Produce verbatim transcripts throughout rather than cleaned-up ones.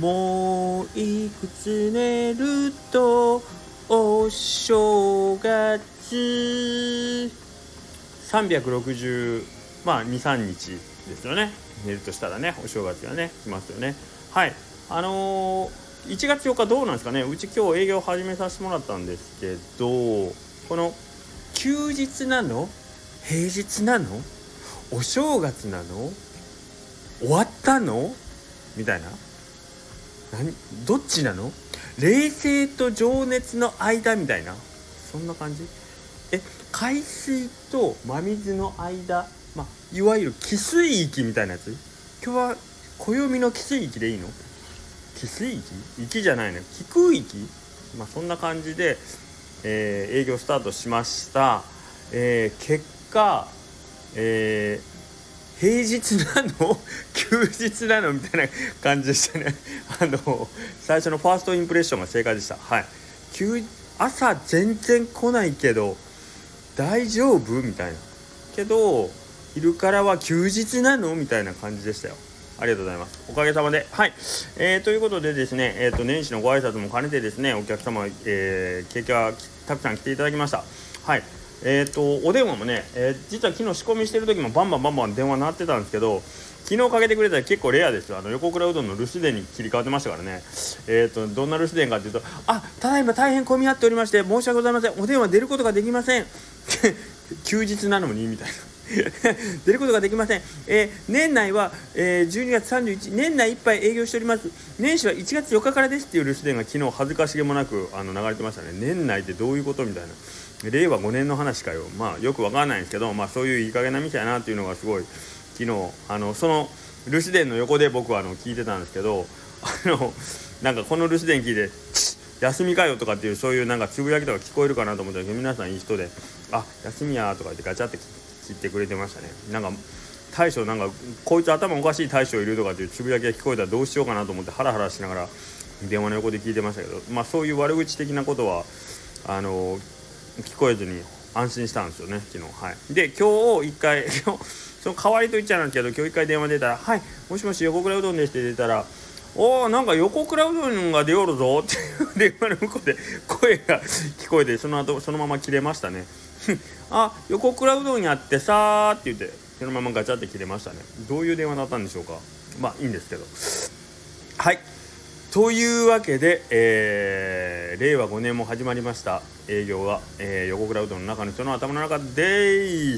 もういくつ寝るとお正月さんびゃくろくじゅうまあに、さんにちですよね。寝るとしたらね、お正月がね来ますよね。はい、あのー、いちがつよっかどうなんですかね。うち今日営業始めさせてもらったんですけど、この休日なの平日なのお正月なの終わったのみたいな、何どっちなの、冷静と情熱の間みたいな、そんな感じ。え海水と真水の間、まあ、いわゆる汽水域みたいなやつ。今日は暦の汽水域でいいの？汽水域域じゃないの、気空域、まあ、そんな感じで、えー、営業スタートしました。えー、結果、えー平日なの休日なのみたいな感じでしたね。あの最初のファーストインプレッションが正解でした。はい、休朝全然来ないけど大丈夫みたいな、けど昼からは休日なのみたいな感じでしたよ。ありがとうございます。おかげさまで。はい、えー、ということでですね、えー、と年始のご挨拶も兼ねてですね、お客様、えー、経験はたくさん来ていただきました。はい、えー、とお電話もね、えー、実は昨日仕込みしてる時もバンバンバンバン電話鳴ってたんですけど、昨日かけてくれたら結構レアですよ。あの横倉うどんの留守電に切り替わってましたからね。えー、とどんな留守電かというと、あ、ただいま大変混み合っておりまして申し訳ございません、お電話出ることができません休日なのにみたいな出ることができません、えー、年内は、えー、じゅうにがつさんじゅういちにち年内いっぱい営業しております。年始はいちがつよっかからですっていう留守電が昨日恥ずかしげもなくあの流れてましたね。年内ってどういうことみたいな、れいわごねんの話かよ。まあよくわからないんですけど、まあそういういい加減な店やなっていうのがすごい昨日あのその留守電の横で僕はあの聞いてたんですけど、あのなんかこの留守電聞いて休みかよとかっていうそういうなんかつぶやきとか聞こえるかなと思ったけど、皆さんいい人で、あ、休みやとか言ってガチャって切ってくれてましたね。なんか大将なんかこいつ頭おかしい大将いるとかっていうつぶやきが聞こえたらどうしようかなと思ってハラハラしながら電話の横で聞いてましたけど、まあそういう悪口的なことはあの聞こえずに安心したんですよね昨日。はい、で今日一回今日その代わりと言っちゃなんですけど、今日一回電話出たら、はい、もしもし横倉うどんですって出たら、おーなんか横倉うどんが出よるぞって電話の向こうで声が聞こえて、その後そのまま切れましたねあ、横倉うどんやってさーって言ってそのままガチャって切れましたね。どういう電話だったんでしょうか。まあいいんですけど。はい、というわけで、えー、れいわごねんも始まりました。営業が、えー、横倉うどんの中の人の頭の中です。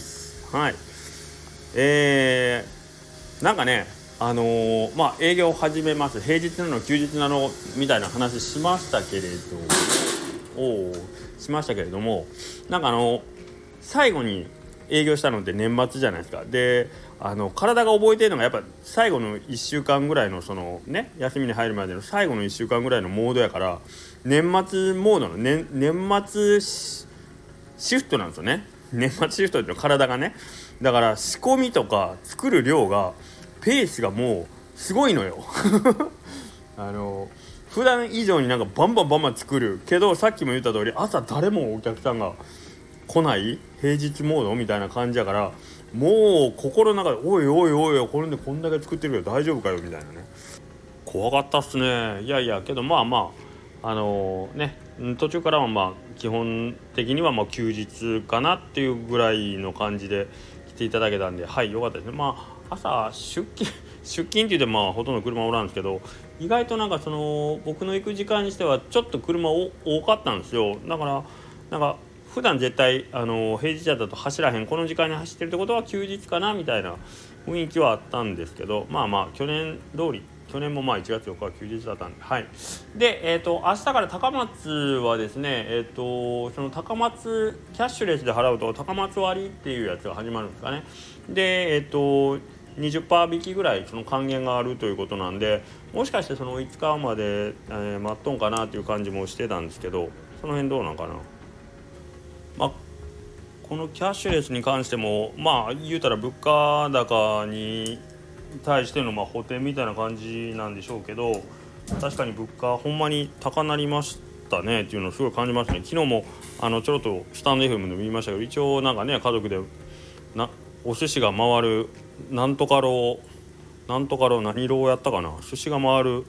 はい、えー、なんかねあのー、まあ営業を始めます、平日なの休日なのみたいな話しましたけれどおしましたけれども、なんかあの最後に営業したのって年末じゃないですか。であの体が覚えてるのがやっぱ最後のいっしゅうかんぐらいのそのね休みに入るまでの最後のいっしゅうかんぐらいのモードやから、年末モードの、ね、年末シフトなんですよね。年末シフトっていうの体がね、だから仕込みとか作る量がペースがもうすごいのよあの普段以上になんかバンバンバンバン作るけど、さっきも言った通り朝誰もお客さんが来ない平日モードみたいな感じやから、もう心の中でおいおいおいおいこれでこんだけ作ってるけど大丈夫かよみたいなね、怖かったっすね。いやいやけどまあまああのー、ね途中からはまあ基本的にはまあ休日かなっていうぐらいの感じで来ていただけたんで、はい良かったですね。まあ朝出勤出勤って言ってまあほとんど車おらんですけど、意外となんかその僕の行く時間にしてはちょっと車多かったんですよ。だからなんか普段絶対あの平日だと走らへんこの時間に走ってるってことは休日かなみたいな雰囲気はあったんですけど、まあまあ去年通り去年もまあいちがつよっかは休日だったんで、はい。で、えーと、明日から高松はですね、えーと、その高松キャッシュレスで払うと高松割っていうやつが始まるんですかね。で、えーと、にじゅっパーセント 引きぐらいその還元があるということなんで、もしかしてそのいつかまで、えー、待っとんかなっていう感じもしてたんですけど、その辺どうなんかな。まあこのキャッシュレスに関してもまあ言うたら物価高に対してのまあ補填みたいな感じなんでしょうけど、確かに物価ほんまに高なりましたねっていうのをすごい感じますね。昨日もあのちょろっとスタンド エフエム でも言いましたけど、一応なんかね家族でなお寿司が回るなんとかローなんとかロー何ローやったかな、寿司が回る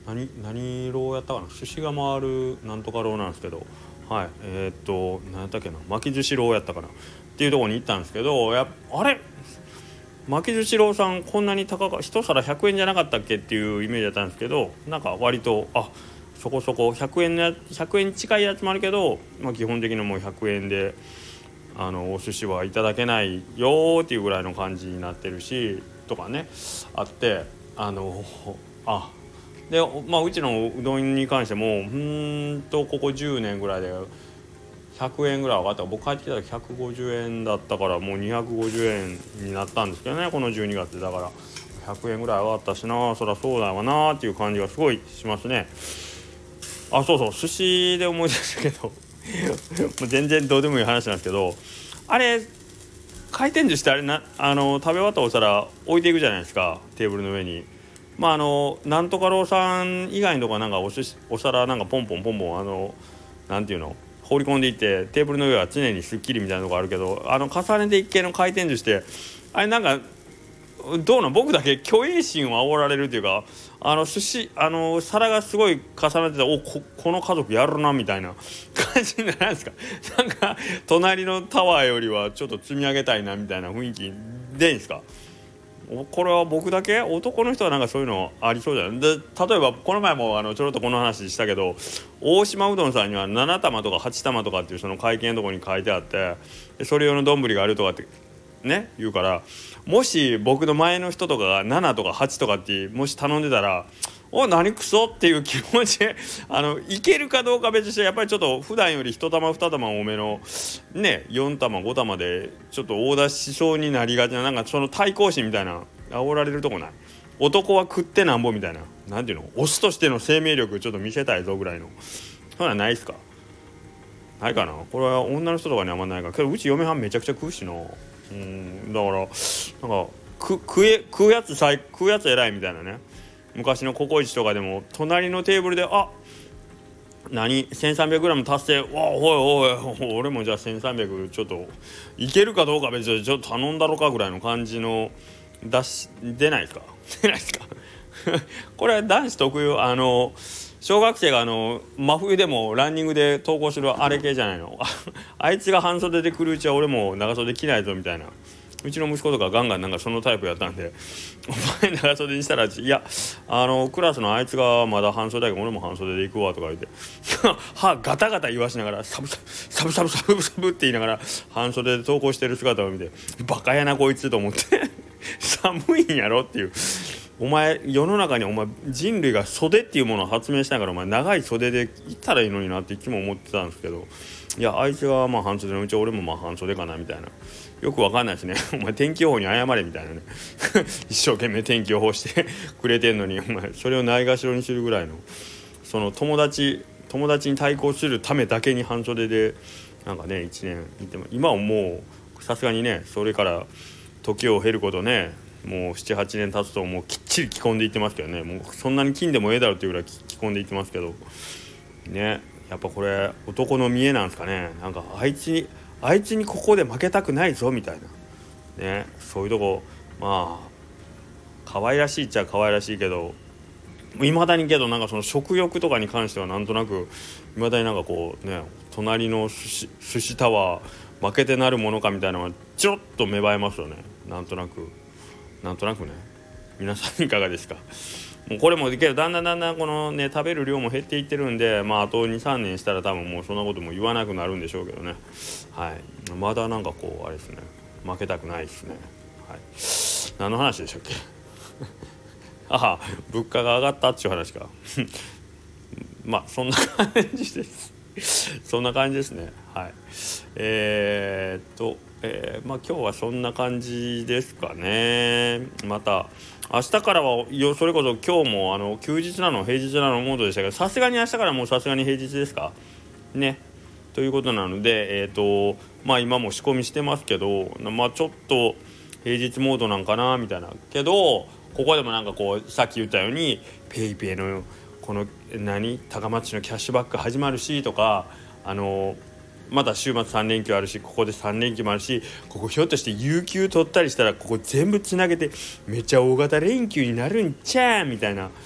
何何ローやったかな、寿司が回るなんとかローなんですけど、はいえー、っと何やったっけな、巻き寿司ローやったかなっていうところに行ったんですけど、やあれ巻き寿司ローさんこんなに高か一皿ひゃくえんじゃなかったっけっていうイメージだったんですけど、なんか割とあそこそこひゃくえんのやひゃくえん近いやつもあるけど、まあ、基本的にもうひゃくえんであのお寿司はいただけないよっていうぐらいの感じになってるしとかねあって、あのあで、まあ、うちのうどんに関してもうーんとここじゅうねんぐらいでひゃくえんぐらい上がった。僕帰ってきたらひゃくごじゅうえんだったからもうにひゃくごじゅうえんになったんですけどね、このじゅうにがつだからひゃくえんぐらい上がったしな、そりゃそうだわなっていう感じがすごいしますね。あそうそう寿司で思い出したけどもう全然どうでもいい話なんですけど、あれ回転寿司ってあれなあの食べ終わったお皿置いていくじゃないですか、テーブルの上に。まああのなんとかローさん以外のとかなんかお寿司お皿なんかポンポンポンポンあのなんていうの放り込んでいってテーブルの上は常にスッキリみたいなとこあるけど、あの重ねて一系の回転寿司ってあれなんかどうなん、僕だけ虚栄心を煽られるというか、あの寿司あの皿がすごい重なっててお こ, この家族やるなみたいな感じにならないですか。なんか隣のタワーよりはちょっと積み上げたいなみたいな雰囲気でいいんですか。これは僕だけ？男の人はなんかそういうのありそうじゃないで、例えばこの前もあのちょろっとこの話したけど、大島うどんさんにはなな玉とかはち玉とかっていうその会計のところに書いてあって、それ用の丼があるとかってね言うから、もし僕の前の人とかがななとかはちとかってもし頼んでたら、お何クソっていう気持ちであのいけるかどうか別にして、やっぱりちょっと普段よりいち玉に玉多めのねよん玉ご玉でちょっと大出しそうになりがちな、なんかその対抗心みたいな煽られるとこない？男は食ってなんぼみたいな、なんていうの、オスとしての生命力ちょっと見せたいぞぐらいの、そんなんないっすか？ないかな。これは女の人とかにあんまないから、けどうち嫁はんめちゃくちゃ食うしな。うんだからなんかく食え食うやつ最食うやつ偉いみたいなね。昔のココイチとかでも隣のテーブルであ何 せんさんびゃくグラム 達成、わおいおい俺もじゃあせんさんびゃくちょっといけるかどうか別にちょっと頼んだろかぐらいの感じの出し出ないですか出ないですかこれは男子特有、あの小学生があの真冬でもランニングで登校するあれ系じゃないのあいつが半袖で来るうちは俺も長袖着ないぞみたいな。うちの息子とかガンガンなんかそのタイプやったんで、お前長袖にしたらいやあのクラスのあいつがまだ半袖だけど俺も半袖で行くわとか言って歯ガタガタ言わしながらサブサブサブサブサブって言いながら半袖で登校してる姿を見てバカやなこいつと思って寒いんやろっていう、お前世の中にお前人類が袖っていうものを発明したからお前長い袖で行ったらいいのになっていつも思ってたんですけど、いやあいつがまあ半袖のうち俺もまあ半袖かなみたいな、よくわかんないですねお前天気予報に謝れみたいなね一生懸命天気予報してくれてんのにお前それをないがしろにするぐらいの、その友達友達に対抗するためだけに半袖でなんかねいちねんいても、今はもうさすがにねそれから時を経ることねもう ななはちねん経つともうきっちり着込んでいってますけどね、もうそんなに金でもええだろっていうぐらい着込んでいってますけどね。やっぱこれ男の見えなんですかね。なんかあいつにあいつにここで負けたくないぞみたいなね、そういうとこまあ可愛らしいっちゃ可愛らしいけど、いまだにけどなんかその食欲とかに関してはなんとなくいまだになんかこうね隣の寿司、寿司タワー負けてなるものかみたいなのがちょろっと芽生えますよね。なんとなくなんとなくね。皆さんいかがですか？もうこれもけどだんだんだんだんこのね食べる量も減っていってるんで、まああと にさんねんしたら多分もうそんなことも言わなくなるんでしょうけどね。はい。まだなんかこうあれですね。負けたくないですね。はい。何の話でしたっけ？ああ、物価が上がったっていう話か。まあそんな感じです。そんな感じですね。はい。えー、っと、えー、まあ今日はそんな感じですかね。また。明日からはそれこそ今日もあの休日なの平日なのモードでしたけど、さすがに明日からもうさすがに平日ですかねということなので、えーとまあ今も仕込みしてますけど、まあちょっと平日モードなんかなみたいなけど、ここでもなんかこうさっき言ったようにペイペイのこの何高松市のキャッシュバック始まるしとか、あのまだ週末さん連休あるし、ここでさん連休もあるし、ここひょっとして有給取ったりしたらここ全部つなげてめっちゃ大型連休になるんちゃーみたいな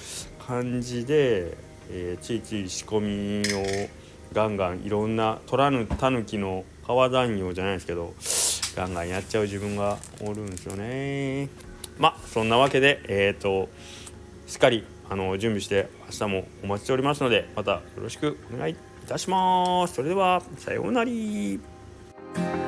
感じで、えー、ついつい仕込みをガンガンいろんな取らぬたぬきの川残業じゃないですけどガンガンやっちゃう自分がおるんですよね。まあそんなわけでえっ、ー、としっかりあの準備して明日もお待ちしておりますのでまたよろしくお願いいたします。それではさようなら。